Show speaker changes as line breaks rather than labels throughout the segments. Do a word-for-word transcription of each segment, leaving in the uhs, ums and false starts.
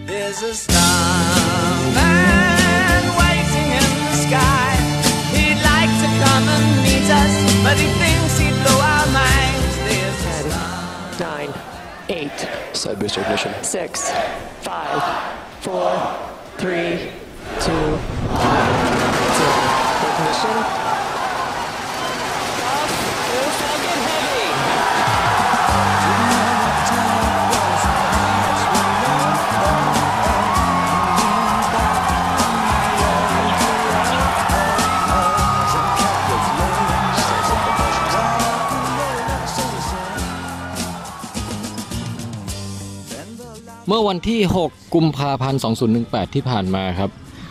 There's a starman waiting in the sky. He'd like to come and meet us, but he thinks he'd blow our minds. There's a star.
Nine, eight,
side booster ignition.
Six, five, four, three, two, one, zero. Ignition. Off. We'll start getting heavy.
เมื่อวันที่หกกุมภาพันธ์สองพันสิบแปดที่ผ่านมาครับ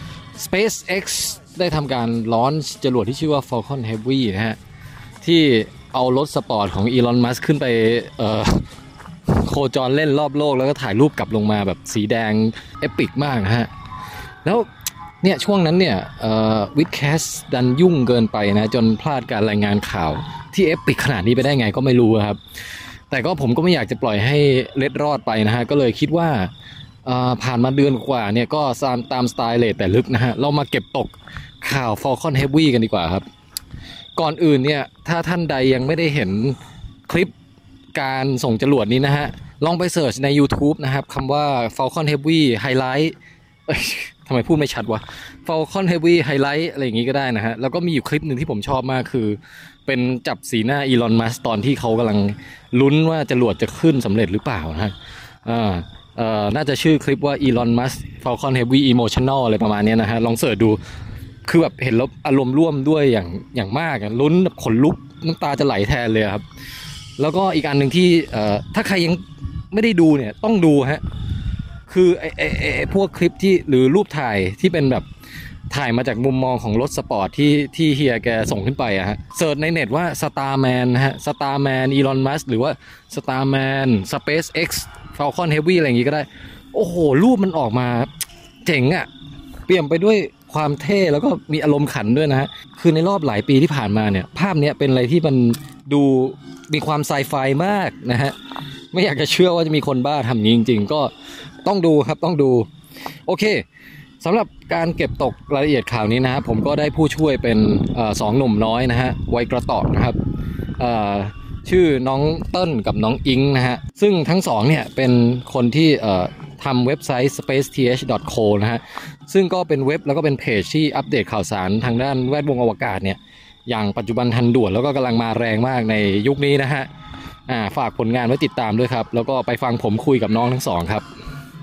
SpaceX ได้ทำการลอนช์จรวดที่ชื่อว่า Falcon Heavy นะฮะที่เอารถสปอร์ตของ Elon Musk ขึ้นไปเอ่อโคจรเล่นรอบโลกแล้วก็ถ่ายรูปกลับลงมาแบบสีแดงเอปิกมากนะฮะแล้วเนี่ยช่วงนั้นเนี่ยเอ่อวิดแคสดันยุ่งเกินไปนะจนพลาดการรายงานข่าวที่เอปิกขนาดนี้ไปได้ไงก็ไม่รู้ครับแต่ก็ผมก็ไม่อยากจะปล่อยให้เล็ดรอดไปนะฮะก็เลยคิดว่าผ่านมาเดือนกว่าเนี่ยก็ตามตามสไตล์เลทแต่ลึกนะฮะเรามาเก็บตกข่าว Falcon Heavy กันดีกว่าครับก่อนอื่นเนี่ยถ้าท่านใดยังไม่ได้เห็นคลิปการส่งจรวดนี้นะฮะลองไปเสิร์ชใน YouTube นะครับคำว่า Falcon Heavy Highlight เอ้ยทำไมพูดไม่ชัดวะ Falcon Heavy Highlight อะไรอย่างงี้ก็ได้นะฮะแล้วก็มีอยู่คลิปหนึ่งที่ผมชอบมากคือเป็นจับสีหน้าอีลอนมัสก์ตอนที่เขากำลังลุ้นว่าจรวดจะขึ้นสำเร็จหรือเปล่านะฮะอ่าเอ่อน่าจะชื่อคลิปว่า Elon Musk Falcon Heavy Emotional อะไรประมาณนี้นะฮะลองเสิร์ชดูคือแบบเห็นแล้วอารมณ์ร่วมด้วยอย่างอย่างมากลุ้นแบบขนลุกน้ำตาจะไหลแทนเลยครับแล้วก็อีกอันหนึ่งที่เอ่อถ้าใครยังไม่ได้ดูเนี่ยต้องดูฮะคือไอ้ไอ้ไอ้พวกคลิปที่หรือรูปถ่ายที่เป็นแบบถ่ายมาจากมุมมองของรถสปอร์ตที่ที่เฮียแกส่งขึ้นไปอะฮะเสิร์ชในเน็ตว่า Starman นะฮะ Starman Elon Musk หรือว่า Starman SpaceX Falcon Heavy อะไรอย่างงี้ก็ได้โอ้โหรูปมันออกมาเจ๋งอะเปี่ยมไปด้วยความเท่แล้วก็มีอารมณ์ขันด้วยนะฮะคือในรอบหลายปีที่ผ่านมาเนี่ยภาพเนี้ยเป็นอะไรที่มันดูมีความไซไฟมากนะฮะไม่อยากจะเชื่อว่าจะมีคนบ้าทำนี้จริงๆก็ต้องดูครับต้องดูโอเคสำหรับการเก็บตกรายละเอียดข่าวนี้นะฮะผมก็ได้ผู้ช่วยเป็นเอ่อสองหนุ่มน้อยนะฮะวัยกระต่อนะครับเอ่อชื่อน้องเติ้ลกับน้องอิงนะฮะซึ่งทั้งสองเนี่ยเป็นคนที่เอ่อทำเว็บไซต์ สเปซ ที เอช ดอท โค นะฮะซึ่งก็เป็นเว็บแล้วก็เป็นเพจที่อัปเดตข่าวสารทางด้านแวดวงอวกาศเนี่ยอย่างปัจจุบันทันด่วนแล้วก็กำลังมาแรงมากในยุคนี้นะฮะอ่าฝากผลงานไว้ติดตามด้วยครับแล้วก็ไปฟังผมคุยกับน้องทั้งสองครับ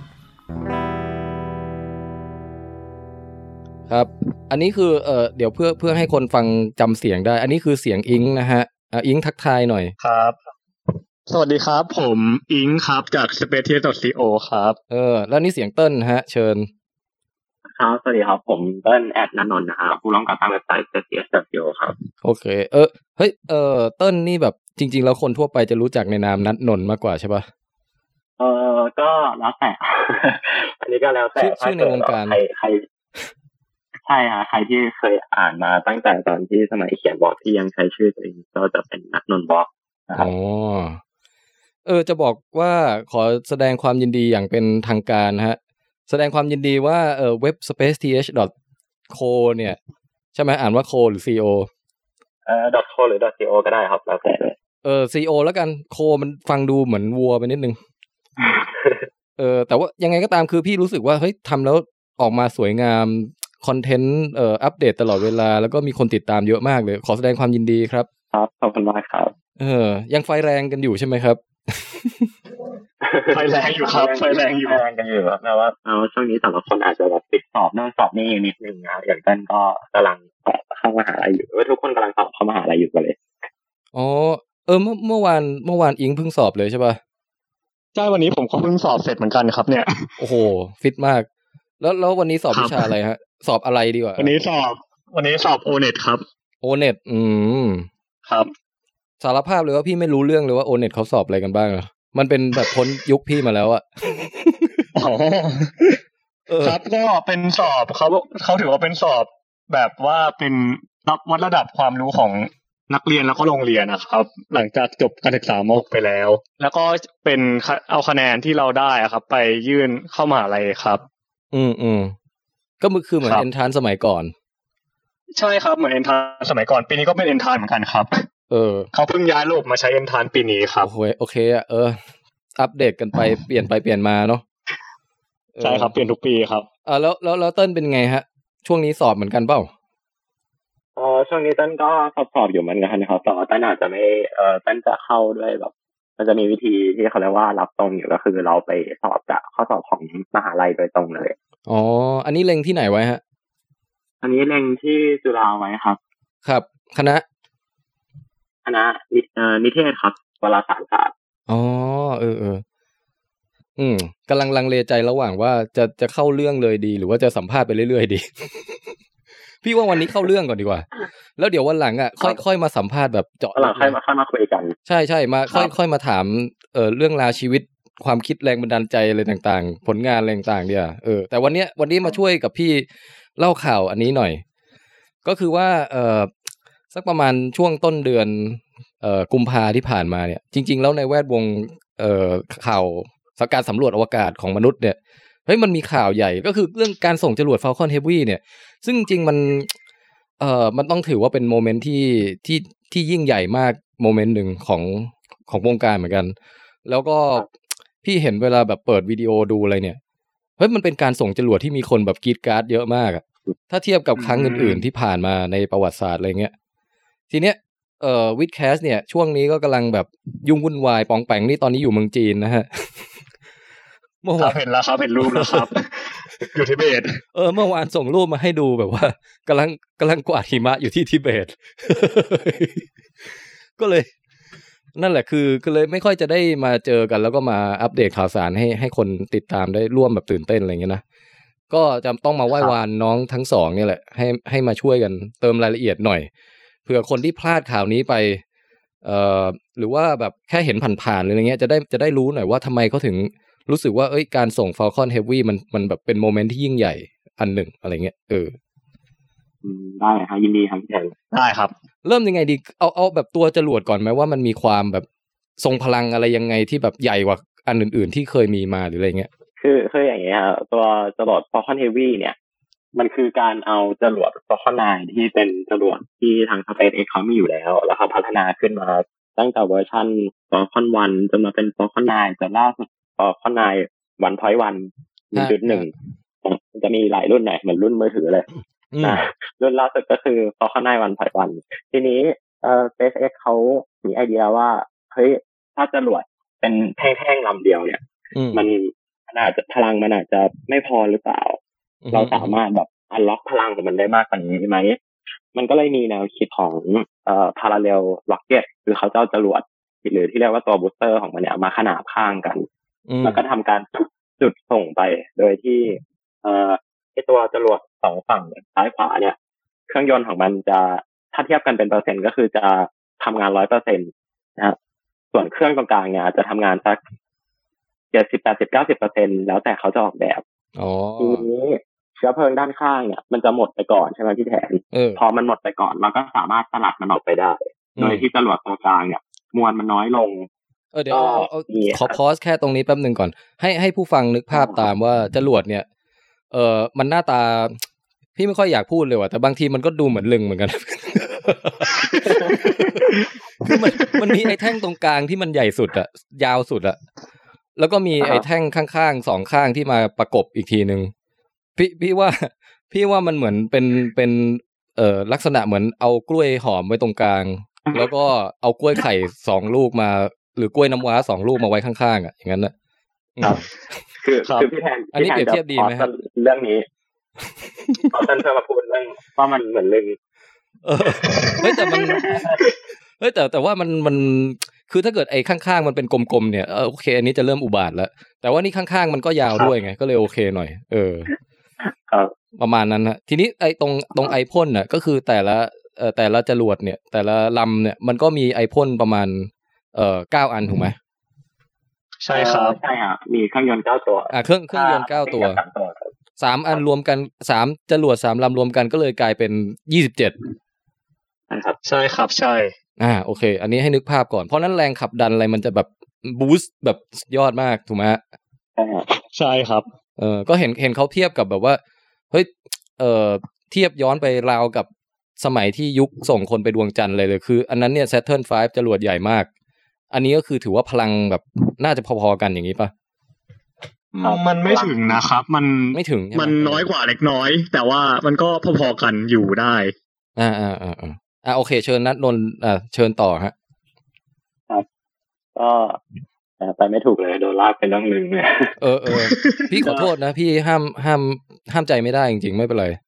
ครับอันนี้คือเอ่อเดี๋ยวเพื่อเพื่อให้คนฟังจำเสียงได้อันนี้คือเสียงอิงนะฮะอ่าอิงทักทายหน่อย
ครับสวัสดีครับผมอิงครับจาก สเปซ ที เอช ดอท ซี โอ ครับ
เออแล้วนี่เสียงเติ้ลฮะเชิญ
ครับสวัสดีครับผมเติ้ลแอดณนนท์นะครับผู้ร่วมก่อตั้งเว็บไซต์ สเปซ ที เอช ดอท ซี โอ ครับ
โอเคเออเฮ้ยเออเติ้ลนี่แบบจริงๆแล้วคนทั่วไปจะรู้จักในนามณนนท์มากกว่าใช่ป่ะ
เออก็แล้วแต่ อันนี้ก็แล้วแต่
ชื่อในวงการ
ใครใครใช่ฮะใครที่เคยอ่านมาตั้งแต่ตอนที่สมัยเขียนบล็อกที่ยังใช้ชื่อตัวเองก็จะเป็นณนนท์บล็อกนะครับ
อ๋อเออจะบอกว่าขอแสดงความยินดีอย่างเป็นทางการนะฮะแสดงความยินดีว่าเออเว็บ สเปซ ที เอช ดอท โค เนี่ยใช่ไหมอ่านว่า co หรือ co
เอ่อ .co หรือ .co ก็ได้ครับแล้วแต่เลย
เออ co แล้วกัน co มันฟังดูเหมือนวัวไปนิดนึง เออแต่ว่ายังไงก็ตามคือพี่รู้สึกว่าเฮ้ยทำแล้วออกมาสวยงามคอนเทนต์เอ่ออัปเดตตลอดเวลาแล้วก็มีคนติดตามเยอะมากเลยขอแสดงความยินดีครับ
ครับขอบคุณมากครับ
เออยังไฟแรงกันอยู่ใช่ไหมครับ
ไฟแรงอยู่ครับไฟแรงอยู่
ไฟแรงกันอยู่ครับแต่ว่าเอาช่วงนี้แต่ละคนอาจจะแบบติดสอบโน่นสอบนี่นิดนึงนะอย่างเต้นก็กำลังสอบเข้ามหาลัยอยู่ว่าทุกคนกำลังสอบเข้ามหาลัยอยู่กันเลย
อ๋อเออเมื่อเมื่อวานเมื่อวานอิงเพิ่งสอบเลยใช่ป่ะ
ใช่วันนี้ผมก็เพิ่งสอบเสร็จเหมือนกันครับเนี่ย
โอ้โหฟิตมากแล้วแล้ววันนี้สอบวิชาอะไรฮะสอบอะไรดีกว่า
วันนี้สอบวันนี้สอบ โอ เน็ต ครับ
โอ เน็ต อืม
ครับ
สารภาพเลยว่าพี่ไม่รู้เรื่องเลยว่า โอ เน็ต เขาสอบอะไรกันบ้างมันเป็นแบบพ้นยุคพี่มาแล้วอะ
อ๋อครับก็เป็นสอบเขาเขาถือว่าเป็นสอบแบบว่าเป็นรับวัดระดับความรู้ของนักเรียนแล้วก็โรงเรียนนะครับหลังจากจบการศึกษามหกไปแล้วแล้วก็เป็นเอาคะแนนที่เราได้ครับไปยื่นเข้ามหาลัยครับ
อืมอืมก็คือเหมือนเอนทรานสมัยก่อน
ใช่ครับเหมือนเอนทรานสมัยก่อนปีนี้ก็เป็นเอนทรานเหมือนกันครับ
เออ
เขาเพิ่งย้ายระบบมาใช้เอนทรานปีนี้ครับ
โอ้โหโอเคอ่ะเอออัปเดตกันไปเปลี่ยนไปเปลี่ยนมาเนาะ
ใช่ครับเปลี่ยนทุกปีครับ
อ่าแล้วแล้วแล้วเติ้ลเป็นไงฮะช่วงนี้สอบเหมือนกันเปล่า
เออช่วงนี้เต้นก็สอบสอบอยู่เหมือนกันนะครับแต่ว่าเต้นอาจจะไม่เออเต้นจะเข้าด้วยแบบมันจะมีวิธีที่เขาเรียกว่ารับตรงอยู่ก็คือเราไปสอบจากข้อสอบของมหาลัยโดยตรงเลย
อ๋ออันนี้เล็งที่ไหนไว้ฮะ
อันนี้เล็งที่จุฬาไว้ครับ
ครับคณะ
คณะเอ่อนิเทศครับวารสารศาสตร์
อ๋อเออเอออืมกำลังลังเลใจระหว่างว่าจะจะเข้าเรื่องเลยดีหรือว่าจะสัมภาษณ์ไปเรื่อยๆดี พี่ว่าวันนี้เข้าเรื่องก่อนดีกว่าแล้วเดี๋ยววันหลังอ่ะค่อยค่อยมาสัมภาษณ์แบบเจาะ
หลังค่อยมาค่อยมาคุยกัน
ใช่ใช่มาค่อยค่อยมาถามเอ่อเรื่องราวชีวิตความคิดแรงบันดาลใจอะไรต่างๆผลงานอะไรต่างๆเนี่ยเออแต่วันเนี้ยวันนี้มาช่วยกับพี่เล่าข่าวอันนี้หน่อยก็คือว่าเอ่อสักประมาณช่วงต้นเดือนเอ่อกุมภาที่ผ่านมาเนี่ยจริงๆแล้วในแวดวงเอ่อข่าวการสำรวจอวกาศของมนุษย์เนี่ยเฮ้ยมันมีข่าวใหญ่ก็คือเรื่องการส่งจรวด Falcon Heavy เนี่ยซึ่งจริงๆมันเอ่อมันต้องถือว่าเป็นโมเมนต์ที่ที่ที่ยิ่งใหญ่มากโมเมนต์หนึ่งของของวงการเหมือนกันแล้วก็พี่เห็นเวลาแบบเปิดวิดีโอดูอะไรเนี่ยเฮ้ยมันเป็นการส่งจรวดที่มีคนแบบกรี๊ดกราร์ดเยอะมากอะถ้าเทียบกับครั้งอื่นๆที่ผ่านมาในประวัติศาสตร์อะไรเงี้ยทีเนี้ยเอ่อวิดแคสเนี่ยช่วงนี้ก็กำลังแบบยุ่งวุ่นวายปองแปงนี่ตอนนี้อยู่เมืองจีนนะฮะ
เมื่อวานเห็นแล้วครับเห็นรูปแล้วครับอยู่ทิเบต
เออเมื่อวานส่งรูปมาให้ดูแบบว่ากำลังกำลังกวาดหิมะอยู่ที่ทิเบต ก็เลยนั่นแหละคือก็เลยไม่ค่อยจะได้มาเจอกันแล้วก็มาอัปเดตข่าวสารให้ให้คนติดตามได้ร่วมแบบตื่นเต้นอะไรเงี้ยนะก็จะต้องมาไหว้วานน้องทั้งสองนี่แหละให้ให้มาช่วยกันเติมรายละเอียดหน่อยเผื่อคนที่พลาดข่าวนี้ไปเอ่อหรือว่าแบบแค่เห็นผ่านๆหรืออะไรเงี้ยจะได้จะได้รู้หน่อยว่าทำไมเขาถึงรู้สึกว่าเอ้ยการส่ง Falcon Heavy มันมันแบบเป็นโมเมนต์ที่ยิ่งใหญ่อันหนึ่งอะไรเงี้ยเออ
ได้ครับยินดีครับพี่แทน
ได้ครับ
เริ่มยังไงดีเอาเอาแบบตัวจรวดก่อนไหมว่ามันมีความแบบทรงพลังอะไรยังไงที่แบบใหญ่กว่าอันอื่นๆที่เคยมีมาหรืออะไรเงี้ย
คือคืออย่างเงี้ยครับตัวจรวด Falcon Heavy เนี่ยมันคือการเอาจรวด Falcon ไนน์ที่เป็นจรวดที่ทาง SpaceX เขามีอยู่แล้วแล้วเขาพัฒนาขึ้นมาตั้งแต่เวอร์ชัน Falcon วันจนมาเป็น Falcon ไนน์จนล่าสุด Falcon ไนน์ วัน พอยต์ วัน หนึ่งจุดหนึ่ง มันจะมีหลายรุ่นหน่อยเหมือนรุ่นมือถือเลยนะรุ่นล่าสุดก็คือ Falcon ไนน์ วัน พอยต์ วัน ทีนี้เอ่อ SpaceX เขามีไอเดียว่าเฮ้ยถ้าจรวดเป็นแท่งๆลำเดียวเนี่ยมันมันอาจจะพลังมันอาจจะไม่พอหรือเปล่าเราสามารถแบบอันล็อกพลังของมันได้มากกว่านี้ไหมมันก็เลยมีแนวคิดของเอ่อ parallel rocket คือเขาจะเอาจรวดหรือที่เรียกว่าตัวบูสเตอร์ของมันเนี่ยมาขนานข้างกันแล้วก็ทำการจุดจุดส่งไปโดยที่เอ่อไอตัวจรวดสองฝั่งซ้ายขวาเนี่ยเครื่องยนต์ของมันจะถ้าเทียบกันเป็นเปอร์เซ็นต์ก็คือจะทำงาน ร้อยเปอร์เซ็นต์ นะครับส่วนเครื่องตรงกลางเนี่ยอาจจะทำงานสักเจ็ดสิบ แปดสิบ เก้าสิบเปอร์เซ็นต์ แล้วแต่เขาจะออกแบบ
อ๋อ
ทีนี้เชื้อเพลิงด้านข้างเนี่ยมันจะหมดไปก่อนใช่ไหมพี่แทนพอมันหมดไปก่อนเราก็สามารถสลัดมันออกไปได้โดยที่จรวดตรงกลางเนี่ยมวลมันน้อยลง
เออเดี๋ยวขอพอสแค่ตรงนี้แป๊บนึงก่อนให้ให้ผู้ฟังนึกภาพตามว่าจรวดเนี่ยเออมันหน้าตาพี่ไม่ค่อยอยากพูดเลยว่ะแต่บางทีมันก็ดูเหมือนลึงเหมือนกันคือมันมันมีไอ้แท่งตรงกลางที่มันใหญ่สุดอะยาวสุดอะแล้วก็มีไอ้แท่งข้างๆสองข้างที่มาประกบอีกทีนึงพี่พี่ว่าพี่ว่ามันเหมือนเป็นเป็นเอ่อลักษณะเหมือนเอากล้วยหอมไว้ตรงกลางแล้วก็เอากล้วยไข่สองลูกมาหรือกล้วยน้ำว้าสองลูกมาไว้ข้างๆอ่ะอย่างนั้นนะครับ
คือคือพี่แทน
อันนี้เปรียบเทียบดีไหมครับ
เรื่องนี้ขอท่านเพื่อมาพูดเรื่องว่ามันเหมือนลึง
เออเฮ้ยแต่มันเฮ้ยแต่แต่ว่ามันมันคือถ้าเกิดไอ้ข้างๆมันเป็นกลมๆเนี่ยเออโอเคอันนี้จะเริ่มอุบาทแล้วแต่ว่านี่ข้างๆมันก็ยาวด้วยไงก็เลยโอเคหน่อยเออประมาณนั้นนะทีนี้ไอ้ตรงตรงไอพ่นน่ะก็คือแต่ละเอ่อแต่ละจรวดเนี่ยแต่ละลำเนี่ยมันก็มีไอพ่นประมาณเอ่อเก้าอันถูกไหม
ใช่ครับ
ใช่ฮะมีเครื่องยนต์เก้าตัว
อ่าเครื่องเครื่องยนต์เก้าตัวสามอันรวมกันสามจรวดสามลำรวมกันก็เลยกลายเป็นยี่สิบเจ็ด
นะครับ
ใช่ครับใช่
อ่าโอเคอันนี้ให้นึกภาพก่อนเพราะนั้นแรงขับดันอะไรมันจะแบบบูสต์แบบยอดมากถูกไหมฮะ
ใช่ครับ
เออก็เห็นเห็นเขาเทียบกับแบบว่าเฮ้ยเออเทียบย้อนไปราวกับสมัยที่ยุคส่งคนไปดวงจันทร์เลยเลยคืออันนั้นเนี่ย Saturn ไฟว์จรวดใหญ่มากอันนี้ก็คือถือว่าพลังแบบน่าจะพอๆกันอย่างนี้ป่ะ
มันไม่ถึงนะครับมัน
ไม่ถึง
มันน้อยกว่าเล็กน้อยแต่ว่ามันก็พอๆกันอยู่ได้
อ่าอ่าอ่าอ่าโอเคเชิญนัทนนท์อ่าเชิญต่อฮะ
ครับก็ไปไม่ถูกเลยโดนลากไปเรื่องนึงเลย
เออเออพี่ขอโทษนะพี่ห้ามห้ามห้ามใจไม่ได้จริงๆไม่เป็นไร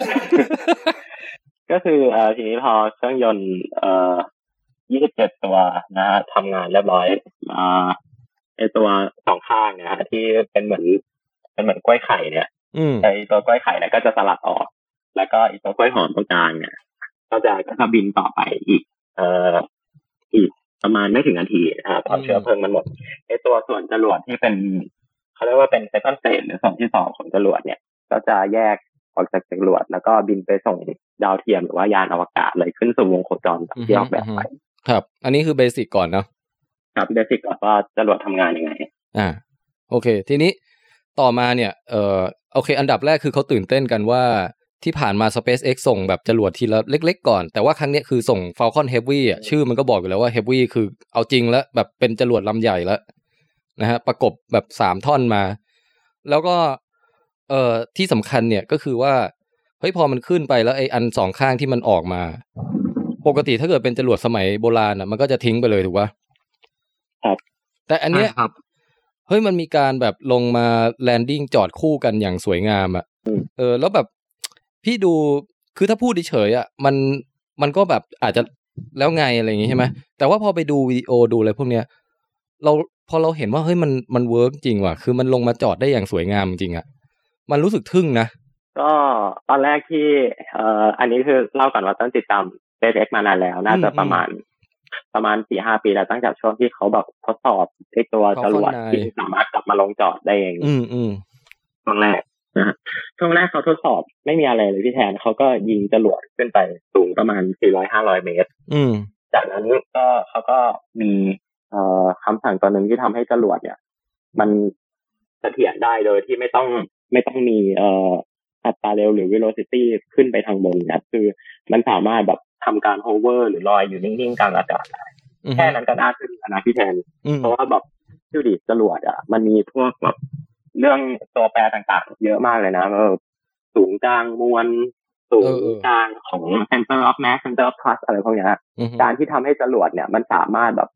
ก็คือเอ่อทีนี้พอเครื่องยนต์เอ่อยี่สิบเจ็ดตัวนะฮะทำงานเรียบร้อยอ่าไอตัวสองข้างเนี่ยฮะที่เป็นเหมือนเป็นเหมือนกล้วยไข่เนี่ยไอตัวกล้วยไข่เนี่ยก็จะสลัดออกแล้วก็อีกตัวกล้วยหอมตรงกลางเนี่ยก็จะก็จะบินต่อไปอีกเอ่ออีกประมาณไม่ถึงนาทีนะครับพอเชื้อเพลิงมันหมดไอตัวส่วนจรวดที่เป็นเขาเรียกว่าเป็น second stage หรือส่วนที่สองของจรวดเนี่ยก็จะแยกออกจากจรวดแล้วก็บินไปส่งดาวเทียมหรือว่ายานอวกาศเลยขึ้นสู่วงโคจรที่ออกแบบไป
ครับอันนี้คือเบสิกก่อนเนาะ
ครับเบสิกก่อนว่าจรวดทำงานยังไง
อ่าโอเคทีนี้ต่อมาเนี่ยเอ่อโอเคอันดับแรกคือเขาตื่นเต้นกันว่าที่ผ่านมา SpaceX ส่งแบบจรวดทีละเล็กๆก่อนแต่ว่าครั้งนี้คือส่ง Falcon Heavy อ่ะชื่อมันก็บอกอยู่แล้วว่า Heavy คือเอาจริงแล้วแบบเป็นจรวดลำใหญ่แล้วนะฮะประกบแบบสามท่อนมาแล้วก็เอ่อที่สำคัญเนี่ยก็คือว่าเฮ้ยพอมันขึ้นไปแล้วไอ้อันสองข้างที่มันออกมาปกติถ้าเกิดเป็นจรวดสมัยโบราณอ่ะมันก็จะทิ้งไปเลยถูกป่ะ
ครับ
แต่อันเนี้ยเฮ้ยมันมีการแบบลงมาแลนดิ้งจอดคู่กันอย่างสวยงามอ่ะเออแล้วแบบพี่ดูคือถ้าพูดเฉยๆอ่ะมันมันก็แบบอาจจะแล้วไงอะไรอย่างงี้ใช่ไหมแต่ว่าพอไปดูวิดีโอดูอะไรพวกเนี้ยเราพอเราเห็นว่าเฮ้ยมันมันเวิร์กจริงว่ะคือมันลงมาจอดได้อย่างสวยงามจริงอ่ะมันรู้สึกทึ่งนะ
ก็ตอนแรกที่เอ่ออันนี้คือเล่าก่อนว่าต้นติดตาม SpaceX มานานแล้วน่าจะประมาณประมาณ สี่ห้า ปีแล้วตั้งแต่ช่วงที่เขาแบบทดสอบไอ้ตัวจรวดที่สามารถกลับมาลงจอดได้เอง
อืม
ๆช่วงแรกนะฮะช่วงแรกเขาทดสอบไม่มีอะไรเลยพี่แทนเขาก็ยิงจรวดขึ้นไปสูงประมาณ สี่ร้อยห้าร้อย เมตร
อืม
จากนั้นก็เขาก็มีเอ่อคำสั่งตัวนึงที่ทำให้จรวดเนี่ยมันเสถียรได้โดยที่ไม่ต้องไม่ต้องมีเอ่ออัตราเร็วหรือ velocity ขึ้นไปทางบนนะคือมันสามารถแบบทำการ hover หรือลอยอยู่นิ่งๆกลางอากาศได้แค่นั้นก็น่าทึ่งนะพี่แทนเพราะว่าแบบดูดิจรวดอ่ะมันมีพวกแบบเรื่องตัวแปรต่างๆเยอะมากเลยนะเออสูงกลางมวลสูงกลางของ center of mass center of thrust อะไรพวกนี้การที่ทำให้จรวดเนี่ยมันสามารถแบบ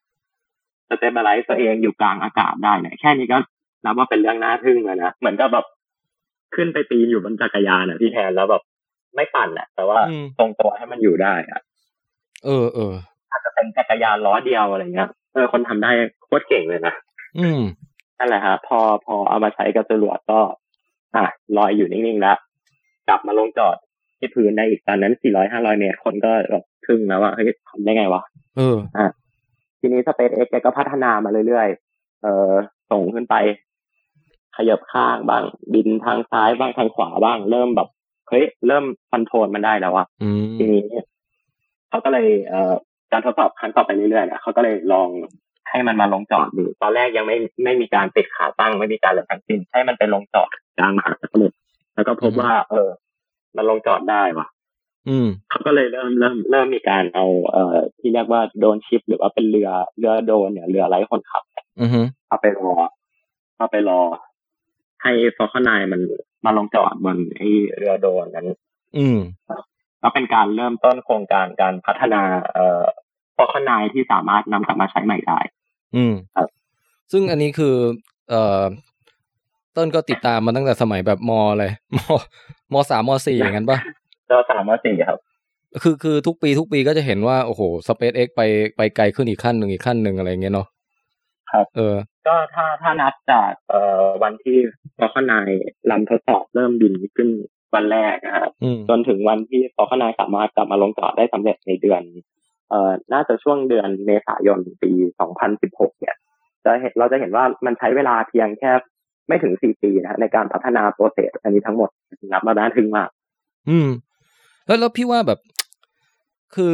stabilize ตัวเองอยู่กลางอากาศได้เนี่ยแค่นี้ก็นับว่าเป็นเรื่องน่าทึ่งแล้วนะเหมือนกับแบบขึ้นไปปีนอยู่บนจักรยานอ่ะพี่แทนแล้วแบบไม่ปั่นอ่ะแต่ว่าทรงตัวให้มันอยู่ได้อ่ะ
เออเออ
อาจจะเป็นจักรยานล้อเดียวอะไรเงี้ยเออคนทำได้โคตรเก่งเลยนะ
อืม
นั่นแหละฮะพอพอเอามาใช้กับจรวดก็อ่ะลอยอยู่นิ่งๆแล้วกลับมาลงจอดที่พื้นได้อีกตอนนั้นสี่ร้อย ห้าร้อยเมตรคนก็แบบทึ่งแล้วว่าเฮ้ยทำได้ไงวะ
เออ
อ่ะทีนี้ SpaceX ก็พัฒนามาเรื่อยๆเอ่อส่งขึ้นไปขยับข้างบ้างบินทางซ้ายบ้างทางขวาบ้างเริ่มแบบเฮ้ยเริ่มคอนโทรลมันได้แล้วอ่ะทีนี้เขาก็เลยเอ่อการทดสอบครั้งต่อไปเรื่อยๆนะเขาก็เลยลองให้มันมาลงจอดดูตอนแรกยังไม่ไม่มีการติดขาตั้งไม่มีการอะไรทั้งสิ้นให้มันไปลงจอดกลางมหาสมุทรแล้วก็พบว่าเออมันลงจอดได้ว่ะ
อืม
เขาก็เลยเริ่มเริ่มเริ่มมีการเอาเอ่อที่เรียกว่าโดรนชิปหรือว่าเป็นเรือเรือโดรนเนี่ยเรือไร้คนขับ
อือฮึ
เอาไปรอเอาไปรอให้ Falcon ไนน์มันมาลงจอดบนไอ้เรือโดรนนั้น
อืม
ก็เป็นการเริ่มต้นโครงการการพัฒนาเอ่อ Falcon ไนน์ที่สามารถนำกลับมาใช้ใหม่ได้
อืมครับซึ่งอันนี้คือเอ่อต้นก็ติดตามมาตั้งแต่สมัยแบบมอะไรมมสาม มสี่อย่างนั้นป่ะ
มสาม มสี่ครับ
คือคือทุกปีทุกปีก็จะเห็นว่าโอ้โห SpaceX ไปไปไกลขึ้นอีกขั้นนึงอีกขั้นนึงอะไรอย่างเงี้ยเนาะ
ครับ
เออ
ก็ถ้าถ้านับจากเอ่อวันที่ Falcon ไนน์ลำทดสอบเริ่มบินขึ้นวันแรกนะครับจนถึงวันที่ Falcon ไนน์สามารถกลับมาลงจอดได้สำเร็จในเดือนเอ่อน่าจะช่วงเดือนเมษายนปีสองพันสิบหกเนี่ยจะเห็นเราจะเห็นว่ามันใช้เวลาเพียงแค่ไม่ถึงสี่ปีนะในการพัฒนาโปรเซสอันนี้ทั้งหมดนับมาได้ถึงมาก
อืมแล้วแล้วพี่ว่าแบบคือ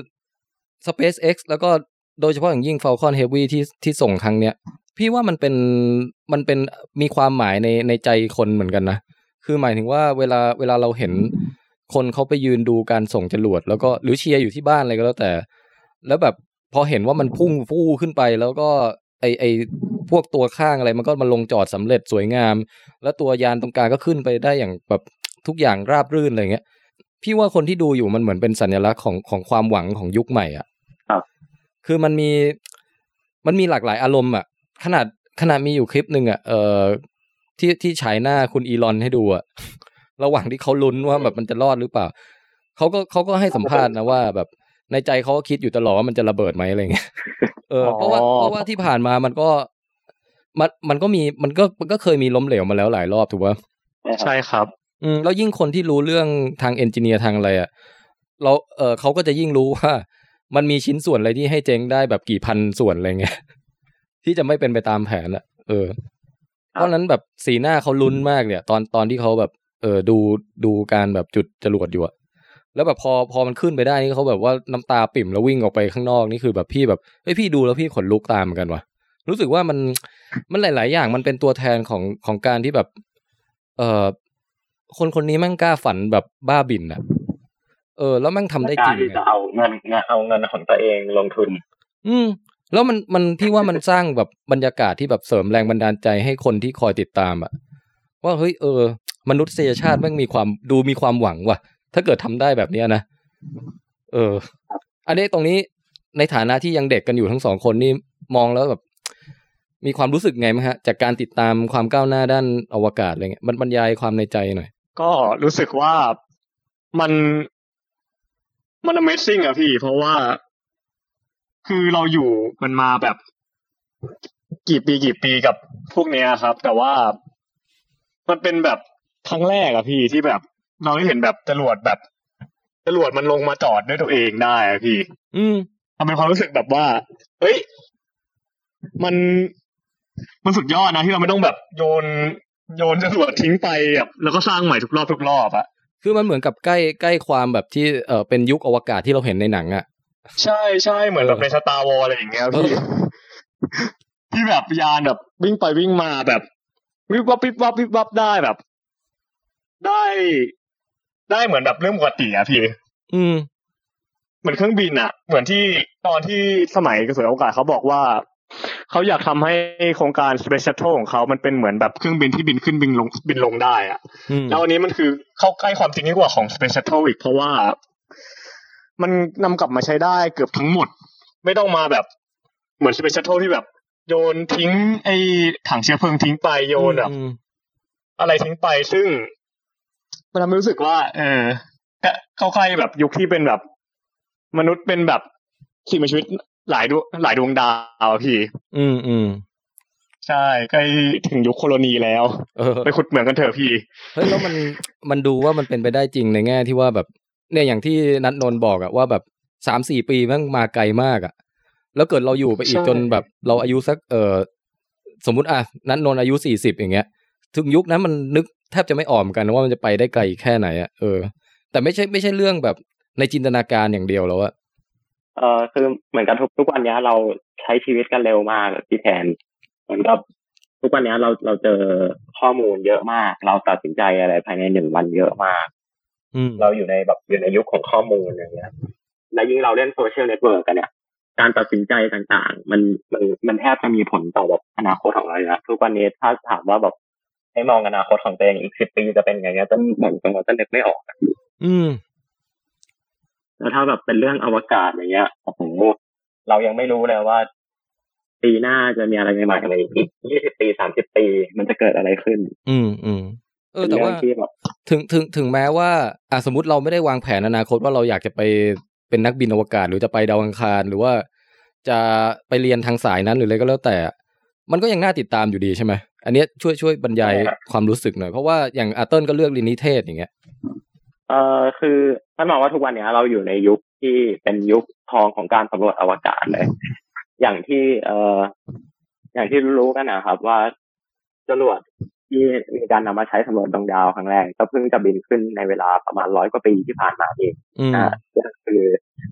SpaceX แล้วก็โดยเฉพาะอย่างยิ่ง Falcon Heavy ที่ที่ส่งครั้งเนี้ยพี่ว่ามันเป็นมันเป็นมีความหมายในในใจคนเหมือนกันนะคือหมายถึงว่าเวลาเวลาเราเห็นคนเขาไปยืนดูการส่งจรวดแล้วก็หรือเชียร์อยู่ที่บ้านอะไรก็แล้วแต่แล้วแบบพอเห็นว่ามันพุ่งฟู่ขึ้นไปแล้วก็ไอไอพวกตัวข้างอะไรมันก็มาลงจอดสำเร็จสวยงามแล้วตัวยานตรงกลางก็ขึ้นไปได้อย่างแบบทุกอย่างราบรื่นอะไรเงี้ยพี่ว่าคนที่ดูอยู่มันเหมือนเป็นสัญลักษณ์ของของความหวังของยุคใหม่อ่ะ
ครับ
คือมันมีมันมีหลากหลายอารมณ์อ่ะขนาดขนาดมีอยู่คลิปนึงอ่ะเอ่อที่ที่ฉายหน้าคุณอีลอนให้ดูอ่ะระหว่างที่เขาลุ้นว่าแบบมันจะรอดหรือเปล่าเขาก็เขาก็ให้สัมภาษณ์นะว่าแบบในใจเขาก็คิดอยู่ตลอดว่ามันจะระเบิดไหมอะไรเงี้ยเออเพราะว่าเพราะว่าที่ผ่านมามันก็มันมันก็มีมันก็มันก็เคยมีล้มเหลวมาแล้วหลายรอบถูกป่ะ
ใช่ครับ
อืมแล้วยิ่งคนที่รู้เรื่องทางเอนจิเนียร์ทางอะไรอ่ะเราเออเขาก็จะยิ่งรู้ว่ามันมีชิ้นส่วนอะไรที่ให้เจ๊งได้แบบกี่พันส่วนอะไรเงี้ยที่จะไม่เป็นไปตามแผนอ่ะเออเพราะนั้นแบบสีหน้าเขาลุ้นมากเนี่ยตอนตอนที่เขาแบบเออดูดูการแบบจุดจรวดอยู่อะแล้วแบบพอพอมันขึ้นไปได้นี่เขาแบบว่าน้ำตาปิ่มแล้ววิ่งออกไปข้างนอกนี่คือแบบพี่แบบเฮ้ยพี่ดูแล้วพี่ขนลุกตามเหมือนกันว่ะรู้สึกว่ามันมันหลายๆอย่างมันเป็นตัวแทนของของการที่แบบเอ่อคนคนนี้แม่งกล้าฝันแบบบ้าบิ่นอ่ะเออแล้วแม่งทำได้จริง
จะเอาเงินเอาเงินของตัวเองลงทุน
อืมแล้วมันมันพี่ว่ามันสร้างแบบบรรยากาศที่แบบเสริมแรงบันดาลใจให้คนที่คอยติดตามอ่ะว่าเฮ้ยเออมนุษยชาติแม่งมีความดูมีความหวังว่ะถ้าเกิดทำได้แบบนี้นะเอออันนี้ตรงนี้ในฐานะที่ยังเด็กกันอยู่ทั้งสองคนนี่มองแล้วแบบมีความรู้สึกไงมั้ยฮะจากการติดตามความก้าวหน้าด้านอวกาศอะไรเงี้ยมันบรรยายความในใจหน่อย
ก็รู้สึกว่ามันมัน Amazing อ่ะพี่เพราะว่าคือเราอยู่มันมาแบบกี่ปีกี่ปีกับพวกเนี้ยครับแต่ว่ามันเป็นแบบครั้งแรกอะพี่ที่แบบเราได้เห็นแบบจรวดแบบจรวดมันลงมาจอดด้วยตัวเองได้อะพี่
อืม
ทำเป็นความรู้สึกแบบว่าเฮ้ยมันมันสุดยอดนะที่เราไม่ต้องแบบโยนโยนจรวดทิ้งไปแบบแล้วก็สร้างใหม่ทุกรอบทุกรอบอะ
คือมันเหมือนกับใกล้ใกล้ความแบบที่เออเป็นยุคอวกาศที่เราเห็นในหนังอะ
ใช่ใช่เหมือนแบบใน Star Wars อะไรอย่างเงี้ยพี่ที่แบบยานแบบวิ่งไปวิ่งมาแบบวิบวับวิบวับวิบวับได้แบบได้ได้เหมือนแบบเรื่องปกติอะพี่
อืม
เหมือนเครื่องบินอะเหมือนที่ตอนที่สมัยกระทรวงอวกาศเขาบอกว่าเขาอยากทำให้โครงการ Space Shuttle ของเขามันเป็นเหมือนแบบเครื่องบินที่บินขึ้นบินลงบินลงได้อะแล้วอันนี้มันคือเข้าใกล้ความจริงยิ่งกว่าของ Space Shuttle อีกเพราะว่ามันนำกลับมาใช้ได้เกือบทั้งหมดไม่ต้องมาแบบเหมือน Space Shuttle ที่แบบโยนทิ้งไอ้ถังเชื้อเพลิงทิ้งไปโยนแบบอะไรทิ้งไปซึ่งมันทำให้รู้สึกว่าเออเข้าใกล้แบบยุคที่เป็นแบบมนุษย์เป็นแบบสิ่งมีชีวิตหลายดวงหลายดวงดาวพี่
อืมอืม
ใช่ใกล้ถึงยุคโคโลนีแล้วไปขุดเหมืองกันเถอะพี่
เฮ้ยแล้วมันมันดูว่ามันเป็นไปได้จริงในแง่ที่ว่าแบบเนี่ยอย่างที่นัทนนท์บอกอะว่าแบบ สามสี่ ปีมันมาไกลมากอะแล้วเกิดเราอยู่ไปอีกจนแบบเราอายุสักเออสมมุติอ่ะนัทนนท์อายุสี่สิบอย่างเงี้ยถึงยุคนั้นมันนึกแทบจะไม่ออกเหมือนกันว่ามันจะไปได้ไกลแค่ไหนอะเออแต่ไม่ใช่ไม่ใช่เรื่องแบบในจินตนาการอย่างเดียวแล้วอะ
เออคือเหมือนกันทุกทุกวันนี้เราใช้ชีวิตกันเร็วมากพี่แทนเหมือนกับทุกวันนี้เราเราเจอข้อมูลเยอะมากเราตัดสินใจอะไรภายในหนึ่งวันเยอะมากเราอยู่ในแบบอยู่ในยุคของข้อมูลอย่างเงี้ยและยิ่งเราเล่นโซเชียลเน็ตเวิร์กกันเนี่ยการตัดสินใจต่างๆมันมันมันแทบจะมีผลต่อแบบอนาคตของเราแล้วทุกวันนี้ถ้าถามว่าแบบให้มองอนาคตของตัวเองอีกสิบปีจะเป็นไงเนี่ยจะบอกตรงๆว่าจะนึกไม่ออก
อืม
แล้วถ้าแบบเป็นเรื่องอวกาศอย่างเงี้ยโอ้โหเรายังไม่รู้เลยว่าปีหน้าจะมีอะไรใหม่ๆอะไรอีกยี่สิบปีสามสิบปีมันจะเกิดอะไรขึ้น
อืมอืมเออแต่ว่าถึงถึงถึงแม้ว่าอ่ะสมมุติเราไม่ได้วางแผนอนาคตว่าเราอยากจะไปเป็นนักบินอวกาศหรือจะไปดาวอังคารหรือว่าจะไปเรียนทางสายนั้นหรืออะไรก็แล้วแต่มันก็ยังน่าติดตามอยู่ดีใช่ไหมอันนี้ช่วยช่วยบรรยายความรู้สึกหน่อยเพราะว่าอย่างอาร์เติ้ลก็เลือกเรียนนิเทศอย่างเงี้ย
เอ่อคือท่านบอกว่าทุกวันนี้เราอยู่ในยุคที่เป็นยุคทองของการสำรวจอวกาศเลยอย่างที่เอ่ออย่างที่รู้กันนะครับว่าจรวดที่มีการนำมาใช้สำรวจดวงดาวครั้งแรกก็เพิ่งจะบินขึ้นในเวลาประมาณร้อยกว่าปีที่ผ่านมาเองนะก็คือ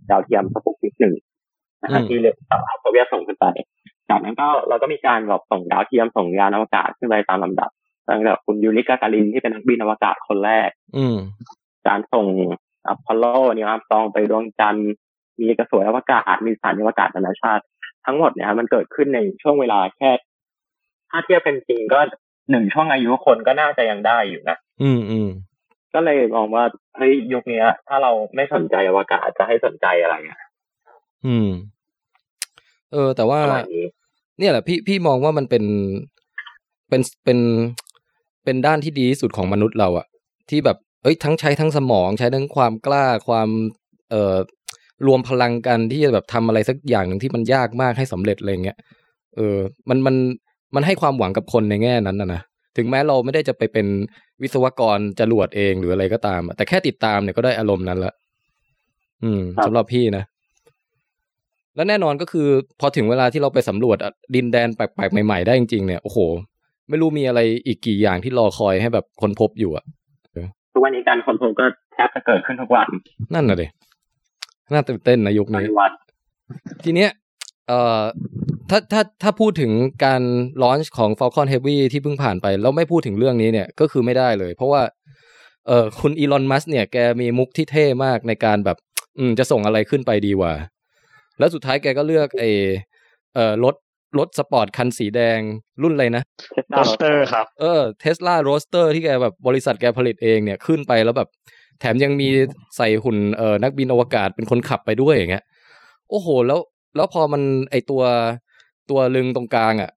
ดาวเทียมสปุตนิกหนึ่งนะฮะที่โซเวียตส่งขึ้นไปจากนั้นก็เราก็มีการแบบส่งดาวเทียมส่งยานอวกาศขึ้นไปตามลำดับตั้งแต่คุณยูริกาการินที่เป็นนักบินอวกาศคนแรกการส่งอพอลโลนิวอัมสตรองไปดวงจันทร์มีกระสวยอวกาศมีสถานีอวกาศนานาชาติทั้งหมดเนี่ยมันเกิดขึ้นในช่วงเวลาแค่ถ้าเทียบเป็นจริงก็หนึ่งช่วงอายุคนก็น่าจะยังได้อยู่นะ
อืมอืม
ก็เลยมองว่าเฮ้ยยุคนี้ถ้าเราไม่สนใจอวกาศจะให้สนใจอะไรอ่ะ
อืมเออแต่ว่าเนี่ยแหละพี่พี่มองว่ามันเป็นเป็นเป็นเป็นด้านที่ดีที่สุดของมนุษย์เราอะที่แบบเอ้ยทั้งใช้ทั้งสมองใช้ทั้งความกล้าความเอ่อรวมพลังกันที่จะแบบทำอะไรสักอย่างหนึ่งที่มันยากมากให้สำเร็จอะไรเงี้ยเออมันมันมันให้ความหวังกับคนในแง่นั้นนะนะถึงแม้เราไม่ได้จะไปเป็นวิศวกรจรวดเองหรืออะไรก็ตามแต่แค่ติดตามเนี่ยก็ได้อารมณ์นั้นละอืมสำหรับพี่นะแล้วแน่นอนก็คือพอถึงเวลาที่เราไปสำรวจดินแดนแปลกๆใหม่ๆได้จริงๆเนี่ยโอ้โหไม่รู้มีอะไรอีกกี่อย่างที่รอคอยให้แบบค้นพบอยู่อะ
ทุกวันนี้การค้นพบก็แทบจะเกิดขึ้นทุกวัน
นั่นน่ะดิน่าตื่นเต้นนะยุคนี้ทีเนี้ยเอ่อถ้าถ้าถ้าพูดถึงการลอนช์ของ Falcon Heavy ที่เพิ่งผ่านไปแล้วไม่พูดถึงเรื่องนี้เนี่ยก็คือไม่ได้เลยเพราะว่าเอ่อคุณอีลอนมัสก์เนี่ยแกมีมุกที่เท่มากในการแบบอืมจะส่งอะไรขึ้นไปดีกว่าแล้วสุดท้ายแกก็เลือกไอ้เอ่อรถรถสปอร์ตคันสีแดงรุ่นอะไรนะ
Roadster ครับ
เออ Tesla Roadster ที่แกแบบบริษัทแกผลิตเองเนี่ยขึ้นไปแล้วแบบแถมยังมีใส่หุ่นเอ่อนักบินอวกาศเป็นคนขับไปด้วยอย่างเงี้ยโอ้โหแล้วแล้วพอมันไอตัวตัวลึงตรงกลางอ่ะ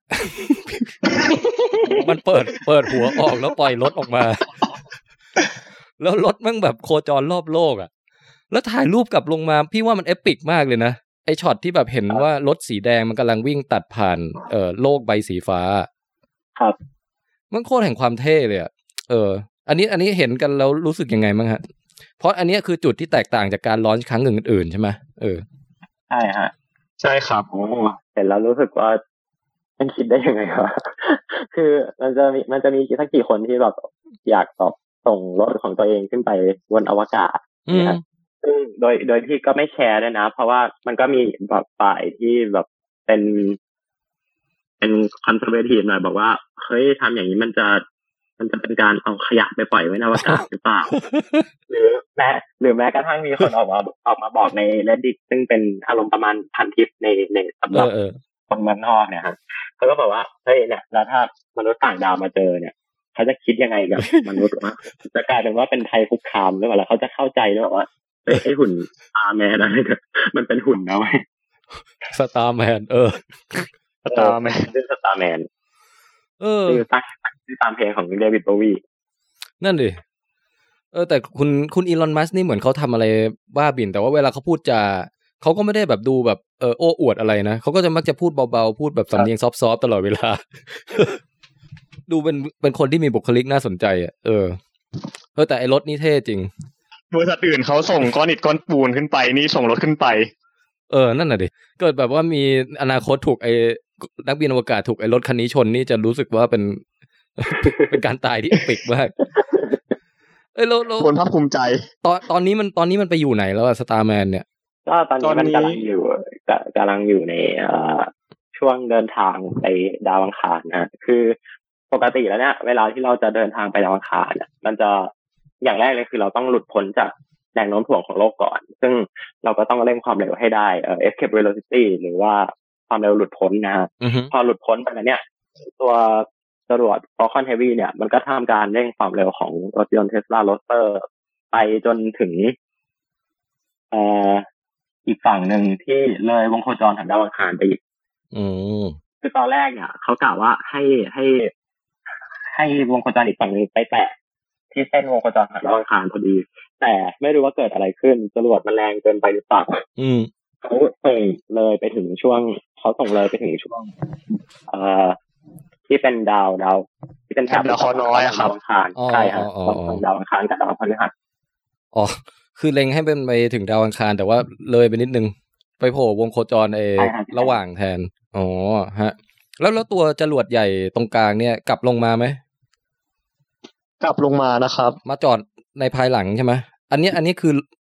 มันเปิดเปิดหัวออกแล้วปล่อยรถออกมา แล้วรถมันแบบโคจรรอบโลกอ่ะแล้วถ่ายรูปกลับลงมาพี่ว่ามันเอปิกมากเลยนะไอช็อตที่แบบเห็นว่ารถสีแดงมันกำลังวิ่งตัดผ่านเอ่อโลกใบสีฟ้า
ครับ
มันโคตรแห่งความเท่เลยอ่ะเอออันนี้อันนี้เห็นกันแล้วรู้สึกยังไงบ้างฮะเพราะอันนี้คือจุดที่แตกต่างจากการลอนช์ครั้งอื่นๆใช่ไหมเออ
ใช่ฮะ
ใช่ครับ
โอ้เห็นแล้วรู้สึกว่ามันคิดได้ยังไงวะ คือมันจะมีมันจะมีสักกี่คนที่แบบอยากตอบส่งรถของตัวเองขึ้นไปบนอวกาศนะซึ่งโดยโดยที่ก็ไม่แชร์ด้วยนะเพราะว่ามันก็มีแบบฝ่ายที่แบบเป็นเป็นคอนเซอร์เวทีฟหน่อยบอกว่าเฮ้ยทำอย่างนี้มันจะมันจะเป็นการเอาขยะไปปล่อยไว้ในอวกาศหรือเปล่า หรือแม้หรือแม้กระทั่งมีคนออกมาออกมาบอกใน Reddit ซึ่งเป็นอารมณ์ประมาณพันทิปในในสำหรับคนเมืองนอกเนี่ยครับเขาก็บอกว่าเฮ้ยเนี่ยแล้วถ้ามนุษย์ต่างดาวมาเจอเนี่ยเขาจะคิดยังไงกับมนุษย์ว่าจะกลายเป็นว่าเป็นภัยคุกคามหรือเปล่าแล้วเขาจะเข้าใจหรือเปล่าว่าไอ้หุ่นสตาร์แมนอะไรเนี่ยมันเป็นหุ่นนะเว้ย
สตาร์แมนเออ
สตาร์แมน
เป็นสตาร์แมน
เออ
คือตั้งชื่อตามเพลงของเดวิดโบวี
นั่นดิเออแต่คุณคุณอีลอนมัสก์นี่เหมือนเขาทำอะไรบ้าบิ่นแต่ว่าเวลาเขาพูดจาเขาก็ไม่ได้แบบดูแบบเออโอ้อวดอะไรนะเขาก็จะมักจะพูดเบาๆพูดแบบสำเนียงซอฟๆตลอดเวลา ดูเป็นเป็นคนที่มีบุคลิกน่าสนใจอ่ะเออเออแต่ไอ้รถนี่เท่จริง
บริษัทอื่นเขาส่งก้อนอิฐก้อนปูนขึ้นไปนี่ส่งรถขึ้นไป
เออนั่นน่ะดิเกิดแบบว่ามีอนาคตถูกไอ้นักบินอวกาศถูกไอ้รถคันนี้ชนนี่จะรู้สึกว่าเป็น เป็นการตายที่เอปิกมากเอ้ยแล้ว
คนภาคภูมิใจ
ตอนตอนนี้มันตอนนี้มันไปอยู่ไหนแล้วอะสตาร์แมนเนี่ย
ก็ตอนนี้มันกำลังอยู่กำลังอยู่ในช่วงเดินทางไปดาวอังคารนะคือปกติแล้วเนี่ยเวลาที่เราจะเดินทางไปดาวอังคารเนี่ยมันจะอย่างแรกเลยคือเราต้องหลุดพ้นจากแรงโน้มถ่วงของโลกก่อนซึ่งเราก็ต้องเร่งความเร็วให้ได้เอ่อ escape velocity หรือว่าความเร็วหลุดพ้นนะฮะ
uh-huh.
พอหลุดพ้นไปแล้วเนี่ยตัวจรวด Falcon Heavy เนี่ยมันก็ทำการเร่งความเร็วของรถยนต์ Tesla Roadster ไปจนถึงเอ่ออีกฝั่งหนึ่งที่เลยวงโคจรของดาวอังคารไปอีก
อืม
คือตอนแรกเนี่ยเขากล่าวว่าให้ให้ให้วงโคจรอีกฝั่งนึงไปแตะที่เส้นวงโคจรของดาวอังคารพอดีแต่ไม่รู้ว่าเกิดอะไรขึ้นจรวดมันแรงเกินไปหรือเปล่า
อืม
เขาส่งเลยไปถึงช่วงเขาส่งเลยไปถึงช่วงเอ่อที่เป็นดาวดาวที่เป็นแถบ
ดาวน้อยครับ
ดาวอังคารใช่ครับดาวอังคารกับดาวพฤหัส
อ๋อคือเล็งให้เป็นไปถึงดาวอังคารแต่ว่าเลยไปนิดนึงไปโผล่วงโคจรไอ้ระหว่างแทนอ๋อฮะแล้วแล้วตัวจรวดใหญ่ตรงกลางเนี่ยกลับลงมาไหม
กลับลงมานะครับ
มาจอดในภายหลังใช่ไหมอันนี้อันนี้คือ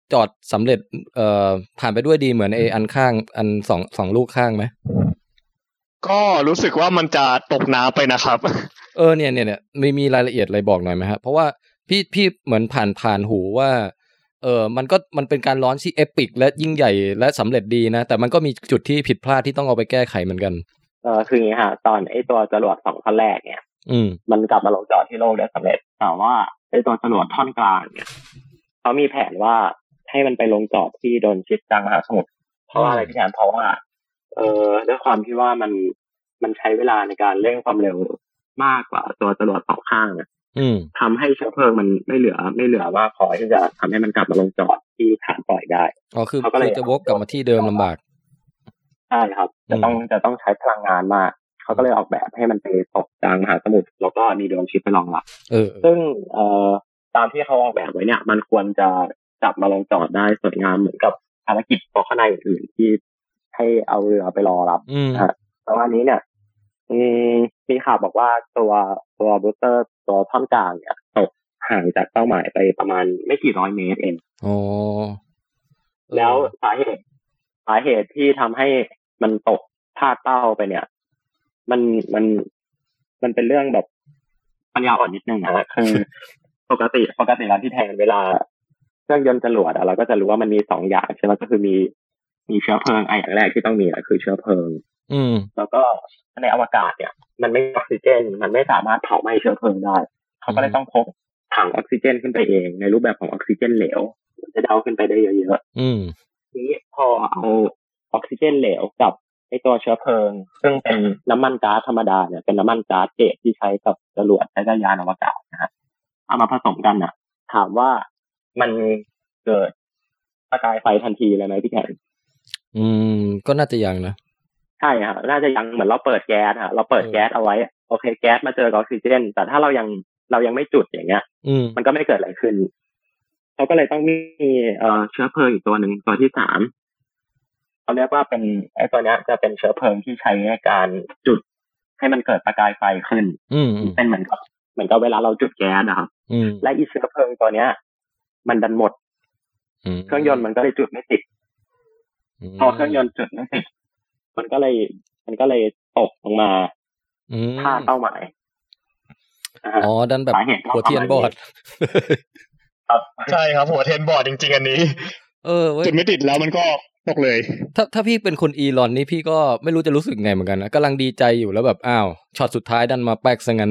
จอดสำเร็จเอ่อผ่านไปด้วยดีเหมือนไอ้อันข้างอันสองสองลูกข้างไหม
ก็รู้สึกว่ามันจะตกน้ำไปนะครับ
เออเนี่ยเนี่ยเนี่ยมีมีรายละเอียดอะไรบอกหน่อยไหมครับเพราะว่าพี่พี่เหมือนผ่านผ่านหูว่าเออมันก็มันเป็นการลอนช์ที่เอปิกและยิ่งใหญ่และสำเร็จดีนะแต่มันก็มีจุดที่ผิดพลาดที่ต้องเอาไปแก้ไขเหมือนกัน
เออคืออย่างนี้ฮะตอนไอ้ตัวจรวดสองท่อนแรกเนี่ย
อืม
มันกลับมาลงจอดที่โลกได้สำเร็จแต่ว่าไอ้ตัวจรวดท่อนกลางเนี่ยเขามีแผนว่าให้มันไปลงจอดที่โดนชิดกลางมหาสมุทรเพราะว่าอะไรพี่แทนเพราะว่าเออด้วยความที่ว่ามันมันใช้เวลาในการเร่งความเร็วมากกว่าตัวจรวดสองข้างอ่ะทำให้เชื้อเพลิงมันไม่เหลือไม่เหลือมากพอที่จะทำให้มันกลับมาลงจอดที่ฐานปล่อยได้
อ๋อคือเขาก็เลยจะวกกลับมาที่เดิมลำบาก
ใช่ครับจะต้องจะต้องใช้พลังงานมากเขาก็เลยออกแบบให้มันไปตกกลางมหาสมุทรแล้วก็มีดวงอาทิตย์ไปรองรับซึ่งเอ่อตามที่เขาออกแบบไว้เนี่ยมันควรจะจับมาลงจอดได้สวยงามเหมือนกับภารกิจฟอลคอนไนน์อื่นๆที่ให้เอาเรือไปรอรับนะฮะแต่ว่านี้เนี่ยมีข่าวบอกว่าตัวตัวบูสเตอร์ตัวท่อนกลางเนี่ยตกห่างจากเป้าหมายไปประมาณไม่กี่ร้อยเมตรเอง
อ๋อ
แล้วสาเหตุสาเหตุที่ทำให้มันตกพลาดเป้าไปเนี่ยมันมันมันเป็นเรื่องแบบปัญญาอ่อนนิดนึงนะคือปกติปกติแล้วที่แทนเวลาเครื่องยนต์จรวดอะเราก็จะรู้ว่ามันมีสองอย่างใช่ไหมก็คือมีมีเชื้อเพลิงไอ้อย่างแรกที่ต้องมีคือเชื้อเพลิง
อืม
แล้วก็ในอวกาศเนี่ยมันไม่มีออกซิเจนมันไม่สามารถเผาไหม้เชื้อเพลิงได้เขาก็เลยต้องพกถังออกซิเจนขึ้นไปเองในรูปแบบของออกซิเจนเหลวจะเดาขึ้นไปได้เยอะ
ๆอืม
ทีนี้พอเอาออกซิเจนเหลวกับไอตัวเชื้อเพลิงซึ่งเป็นน้ำมันก๊าซธรรมดาเนี่ยเป็นน้ำมันก๊าซเกรดที่ใช้กับจรวดใช้กับยานอวกาศนะฮะเอามาผสมกันน่ะถามว่ามันเกิดประกายไฟทันทีเลยไหมพี่แขก
อืมก็น่าจะยังนะ
ใช่ฮะน่าจะยังเหมือนเราเปิดแก๊สฮะเราเปิดแก๊สเอาไว้โอเคแก๊สมาเจอออกซิเจนแต่ถ้าเรายังเรายังไม่จุดอย่างเงี้ยมันก็ไม่เกิดอะไรขึ้นเขาก็เลยต้องมีเอ่อเชื้อเพลิงอีกตัวหนึ่งตัวที่สามเขาเรียกว่าเป็นไอ้ตัวเนี้ยจะเป็นเชื้อเพลิงที่ใช้ในการจุดให้มันเกิดประกายไฟขึ้นเป็นเหมือนกับเหมือนกับเวลาเราจุดแก๊สนะครับและอีเชื้อเพลิงตัวเนี้ยมันดันหมดเครื่องยนต์มันก็เลยจุดไม่ติดพอเครื่องยนต์จุดไม่ติดมันก็เลยมันก็เลยตกลงมาพลาดเป้าหมาย
อ๋อดันแบบหัวเทียนบอด
ใช่ครับหัวเทียนบอดจริงๆอันนี้
เออ
จุดไม่ติดแล้วมันก็ตกเลย
ถ้าถ้าพี่เป็นคนอีลอนนี่พี่ก็ไม่รู้จะรู้สึกไงเหมือนกันนะกำลังดีใจอยู่แล้วแบบอ้าวช็อตสุดท้ายดันมาแป๊กซะงั้น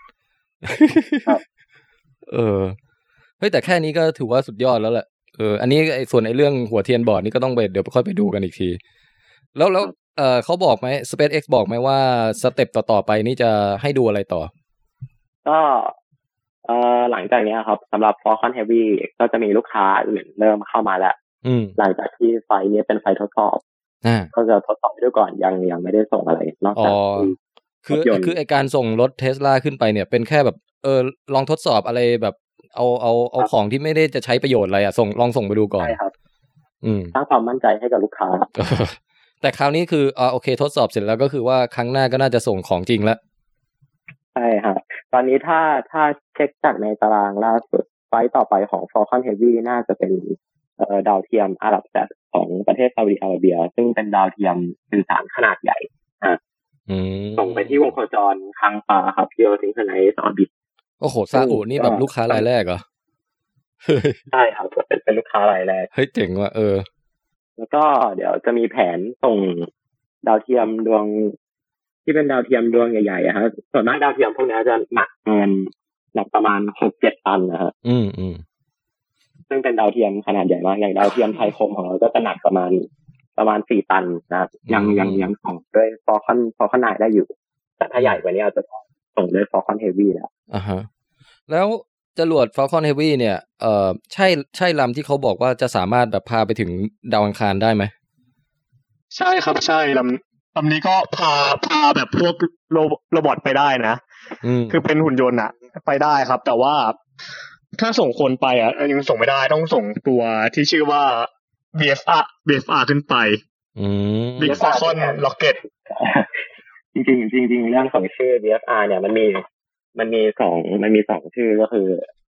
เออเฮ้ยแต่แค่นี้ก็ถือว่าสุดยอดแล้วแหละเอออันนี้ไอ้ส่วนไอ้เรื่องหัวเทียนบอดนี่ก็ต้องไปเดี๋ยวค่อยไปดูกันอีกทีแล้วแล้วเออเขาบอกไหม SpaceX บอกไหมว่าสเต็ปต่อๆไปนี่จะให้ดูอะไรต่อ
ก็เอ่อหลังจากนี้ครับสำหรับ Falcon Heavy ก็จะมีลูกค้าอื่นเริ่มเข้ามาแล้วหลังจากที่ไฟนี้เป็นไฟทดสอบก็จะทดสอบด้วยก่อนยังยังไม่ได้ส่งอะไรนอกจาก
คือคือไอการส่งรถ Tesla ขึ้นไปเนี่ยเป็นแค่แบบเออลองทดสอบอะไรแบบเอาเอาเอาของที่ไม่ได้จะใช้ประโยชน์อะไรอ่ะส่งลองส่งไปดูก่อน
ใช่ครับ
อืม
สร้างความมั่นใจให้กับลูกค้า
แต่คราวนี้คืออ่าโอเคทดสอบเสร็จแล้วก็คือว่าครั้งหน้าก็น่าจะส่งของจริงแล้ว
ใช่ครับตอนนี้ถ้าถ้าเช็คจากในตารางล่าสุดไฟต่อไปของ Falcon Heavy น่าจะเป็นเอ่อดาวเทียมอาหรับแซดของประเทศซาอุดิอาระเบียซึ่งเป็นดาวเทียมสื่อสารขนาดใหญ่อ่ะ
อืม
ส่งไปที่วงโคจรทางฟ้าครับ Geosynchronous Orbit
โอ้โหซาอุนี่แบบลูกค้ารายแรกเหรอ
ใช่ครับเป็นเป็นลูกค้ารายแรก
เฮ้ยเจ๋งว่ะเออ
แล้วก็เดี๋ยวจะมีแผนส่งดาวเทียมดวงที่เป็นดาวเทียมดวงใหญ่ๆครับส่วนมากดาวเทียมพวกนี้จะหนักเกินหนักประมาณ หกเจ็ด ตันนะฮะ
อืมอืม
ซึ่งเป็นดาวเทียมขนาดใหญ่มากอย่างดาวเทียมไทยคมของเราก็จะหนักประมาณประมาณสี่ตันนะยังยังยังส่งด้วย Falcon Falcon ไนน์ได้อยู่แต่ถ้าใหญ่กว่านี้อาจจะส่งด้วย Falcon Heavy แล้ว
อ่าฮะแล้วจรวด Falcon Heavy เนี่ยเอ่อใช่ใช่ลำที่เขาบอกว่าจะสามารถแบบพาไปถึงดาวอังคารได้ไหม
ใช่ครับใช่ลำลำนี้ก็พาพาแบบพวกโรโรบอทไปได้นะคือเป็นหุ่นยนต์อะไปได้ครับแต่ว่าถ้าส่งคนไปอ่ะยังส่งไม่ได้ต้องส่งตัวที่ชื่อว่า บี เอฟ อาร์ บี เอฟ อาร์ ขึ้นไป
อืม
Big Falcon Rocket
จริงๆจริงๆเรื่องของชื่อ บี เอฟ อาร์ เนี่ยมันมีมันมีสองมันมีสองชื่อก็คือ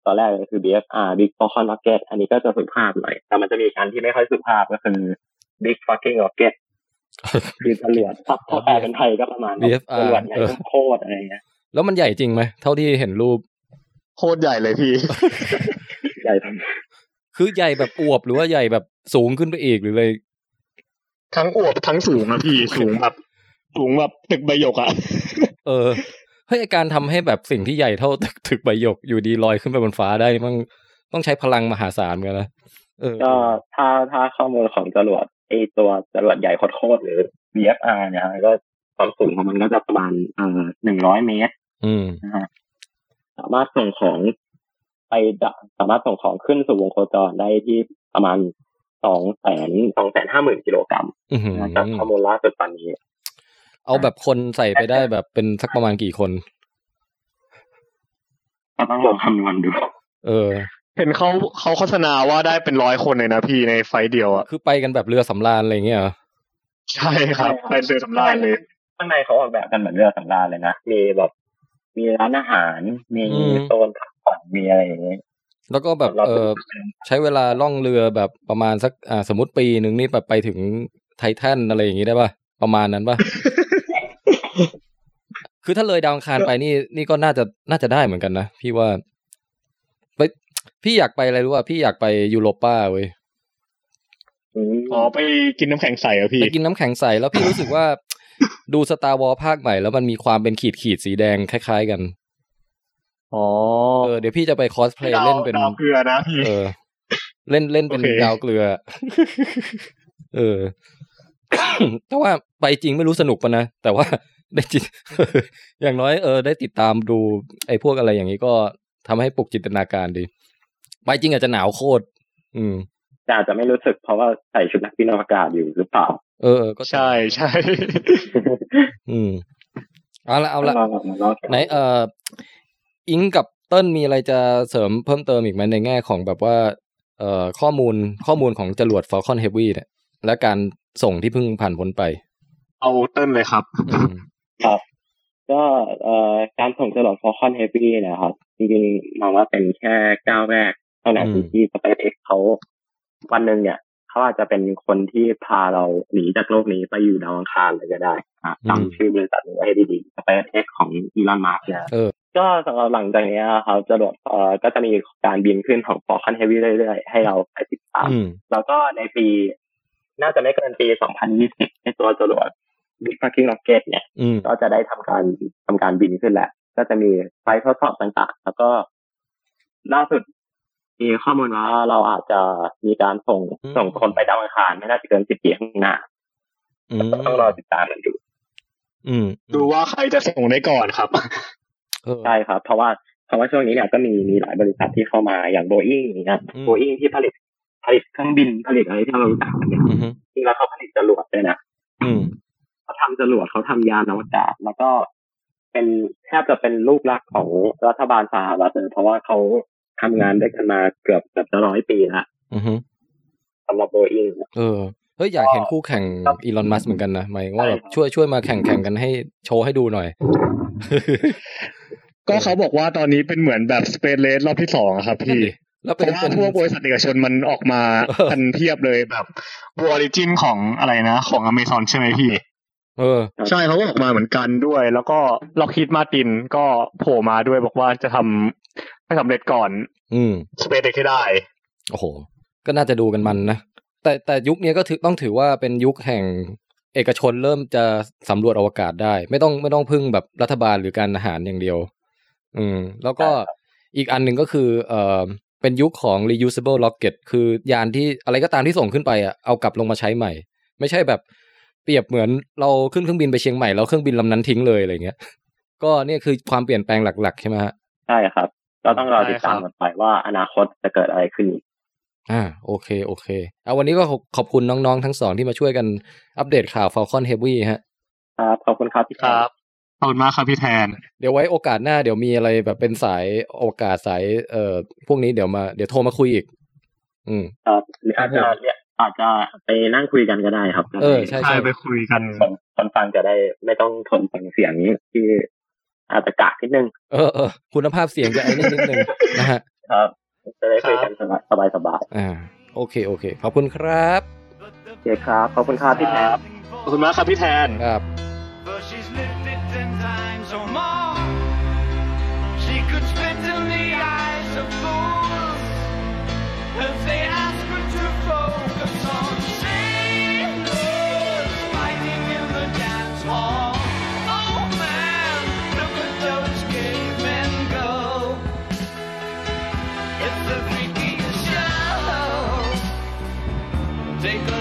ตอนแรกเลยคือ บี เอฟ อาร์ Big Falcon Rocket อันนี้ก็จะสุภาพหน่อยแต่มันจะมีอันที่ไม่ค่อยสุภาพก็คือ Big Fucking Rocket คือจรวดถ้าแปลเป็นไทยก็ประมาณ
บี เอฟ อาร์
จรวดใหญ่โคตรอะไรเงี้ย
แล้วมันใหญ่จริงไหมเท่าที่เห็นรูป
โคตรใหญ่เลยพี่
ใหญ่ทั้ง
คือใหญ่แบบอวบหรือว่าใหญ่แบบสูงขึ้นไปอีกหรือเลย
ทั้งอวบทั้งสูงนะพี่ สูงแบบสูงแบบตึกใบหยกอ่ะ
เออเฮ้ยการทำให้แบบสิ่งที่ใหญ่เท่าตึกตึกใบหยกอยู่ดีลอยขึ้นไปบนฟ้าได้มันต้องใช้พลังมหาศาลกันนะเออ
ก็ถ้าถ้าข้อมูลของจรวดไอตัวจรวดใหญ่โคตรๆหรือ บี เอฟ อาร์ เนี่ยก็ความสูงของมันก็จะประมาณเอ่อหนึ่งร้อยเมตร
อืม
นะฮะสามารถส่งของไปสามารถส่งของขึ้นสู่วงโคจรได้ที่ประมาณสองแสนสองแสนห้าหมื่นกิโลกรัมจากข้อมูลล่าสุดตอนนี้
เอาแบบคนใส่ไปได้แบบเป็นสักประมาณกี่คน
ก็ต้องลองคำนวณดู
เออ
เห็นเขาเขาโฆษณาว่าได้เป็นร้อยคนเลยนะพี่ในไฟเดียวอ่ะ
คือไปกันแบบเรือสำราญอะไรเงี้ยเหรอ
ใช่ครับไปเรือสำราญเลย
ข้างในเขาออกแบบกันเหมือนเรือสำราญเลยนะมีแบบมีร้านอาหารมีโซนพักผ่อนมีอะไรอย่างเงี้ย
แล้วก็แบบเออใช้เวลาล่องเรือแบบประมาณสักอ่าสมมุติปีนึงนี่แบบไปถึงไททันอะไรอย่างงี้ได้ป่ะประมาณนั้นป่ะ คือถ้าเลยดาวอังคารไปนี่นี่ก็น่าจะน่าจะได้เหมือนกันนะพี่ว่าไปพี่อยากไปอะไรรู้ป่ะพี่อยากไปยูโรป้าเว้ย
อ๋อไปกินน้ำแข็งใสเหรอพี่
ไปกินน้ำแข็งใสแล้วพี่รู้สึกว่าดูสตาร์วอร์ภาคใหม่แล้วมันมีความเป็นขีดขีดสีแดงคล้ายๆกัน
อ๋อ
เออเดี๋ยวพี่จะไปคอสเพลย์เล่นเป็น
ดาวเกลือนะพี่
เออเล่นเล่นเป็นดาวเกลือเออแต่ว่าไปจริงไม่รู้สนุกป่ะนะแต่ว่าได้จิตอย่างน้อยเออได้ติดตามดูไอ้พวกอะไรอย่างนี้ก็ทำให้ปลุกจินตนาการดีไปจริงอาจจะหนาวโคตรอืม
แต่อาจจะไม่รู้สึกเพราะว่าใส่ชุดนักบินอวกาศอยู่หรือเปล่า
เออก็
ใช่ใช่
อืมเอาละเอาละไหนเอ่ออิงกับเติ้ลมีอะไรจะเสริมเพิ่มเติมอีกไหมในแง่ของแบบว่าเอ่อข้อมูลข้อมูลของจรวด Falcon Heavy เนี่ยและการส่งที่เพิ่งผ่านพ้นไป
เอาเติ้ลเลยครับ
ครับก็เอ่อการส่งจรวด Falcon Heavy นะครับจริงๆมองว่าเป็นแค่ก้าวแรกเท่านั้นที่ SpaceX เขาวันนึงเนี่ยเขาอาจจะเป็นคนที่พาเราหนีจากโลกนี้ไปอยู่ดาวอังคารเลยก็ได้อ่ะจำชื่อบริษัทนี้ไว้ให้ดีๆ SpaceX ของ Elon Musk นะก็สำหรับหลังจากนี้ครับจรวดเอ่อก็จะมีการบินขึ้นของ Falcon Heavy เรื่อยๆให้เราไปติดตามแล้วก็ในปีน่าจะไม่เกินปีสองพันยี่สิบในตัวจรวด Big Fucking Rocket เนี่ยก็จะได้ทำการทำการบินขึ้นแหละก็จะมีไฟล์ทดสอบต่างๆแล้วก็ล่าสุดมีข้อมูลว่าเราอาจจะมีการส่งส่งคนไปดาวอังคารไม่น่าจะเกินสิบปีข้างหน้าต้องรอติดตามกันดู
ดูว่าใครจะส่งได้ก่อนครับ
ใช่ครับเพราะว่าเพราะว่าช่วงนี้เนี่ยก็มีมีหลายบริษัทที่เข้ามาอย่าง Boeing อย่างเงี้ย Boeing ที่ผลิตผลิตเครื่องบินผลิตอะไรที่เรารู้จักกันเนี่ยจริงแล้วเขาผลิตจรวดด้วยนะเขาทำจรวดเขาทำยานอวกาศแล้วก็เป็นแทบจะเป็นลูกรักของรัฐบาลสหรัฐเลยเพราะว่าเขาทำงานด้วยกันมาเกือบเกือบจะร้อยปีละสำหรับ Boeing
เออเฮ้ยอยากเห็นคู่แข่งอีลอนมัสก์เหมือนกันนะหมายว่าแบบช่วยช่วยมาแข่งแข่งกันให้โชว์ให้ดูหน่อย
ก็เขาบอกว่าตอนนี้เป็นเหมือนแบบ Space Race รอบที่สองครับพี่เพราะว่าพวกบริษัทเอกชนมันออกมากันเพียบเลยแบบ Blue Origin ของอะไรนะของ Amazon ใช่ไหมพี่
เออ
ใช่เขาก็ออกมาเหมือนกันด้วยแล้วก็Lockheed Martinก็โผล่มาด้วยบอกว่าจะทำให้สำเร็จก่อน
อืม
SpaceX ให้ได้
โอ้โหก็น่าจะดูกันมันนะแต่แต่ยุคนี้ก็ถือต้องถือว่าเป็นยุคแห่งเอกชนเริ่มจะสำรวจอวกาศได้ไม่ต้องไม่ต้องพึ่งแบบรัฐบาลหรือการทหารอย่างเดียวอืมแล้วก็อีกอันหนึ่งก็คือเอ่อเป็นยุคของ reusable rocket คือยานที่อะไรก็ตามที่ส่งขึ้นไปอ่ะเอากลับลงมาใช้ใหม่ไม่ใช่แบบเปรียบเหมือนเราขึ้นเครื่องบินไปเชียงใหม่แล้วเครื่องบินลำนั้นทิ้งเลยอะไรเงี้ยก็เนี่ยคือความเปลี่ยนแปลงหลักๆใช่ไหมฮะ
ใช่ครับก็ต้องรอติดตามกันไปว่าอนาคตจะเกิดอะไรขึ้น
อ่าโอเคโอเคเอาวันนี้ก็ขอบคุณน้องๆทั้งสองที่มาช่วยกันอัปเดตข่าว Falcon Heavy ฮะ
ครับขอบคุณครับพี่
ครับขอบคุณมากครับพี่แทน
เดี๋ยวไว้โอกาสหน้าเดี๋ยวมีอะไรแบบเป็นสายอวกาศสายเอ่อพวกนี้เดี๋ยวมาเดี๋ยวโทรมาคุยอีกอืม
ครับอาจจะอาจจะไปนั่งคุยกันก็ได้ครับ
เออใช่
ใช่ไปคุยกัน
คนฟังจะได้ไม่ต้องทนฟังเสียงที่อาจจะกากนิดนึง
เออเออคุณภาพเสียงจะไอ้นี่นิดนึงนะฮะ
ครับจะได้คุยกันสบายสบาย
อ่าโอเคโอเคขอบคุณครับ
โอเคครับขอบคุณครับพี่แทน
ขอบคุณมากครับพี่แทน
ครับ
But she's lived it ten times or more. She could spit in the eyes of fools if they ask her to focus on sailors fighting in the dance hall. Oh man, look at those cavemen go. It's the freakiest show. Take a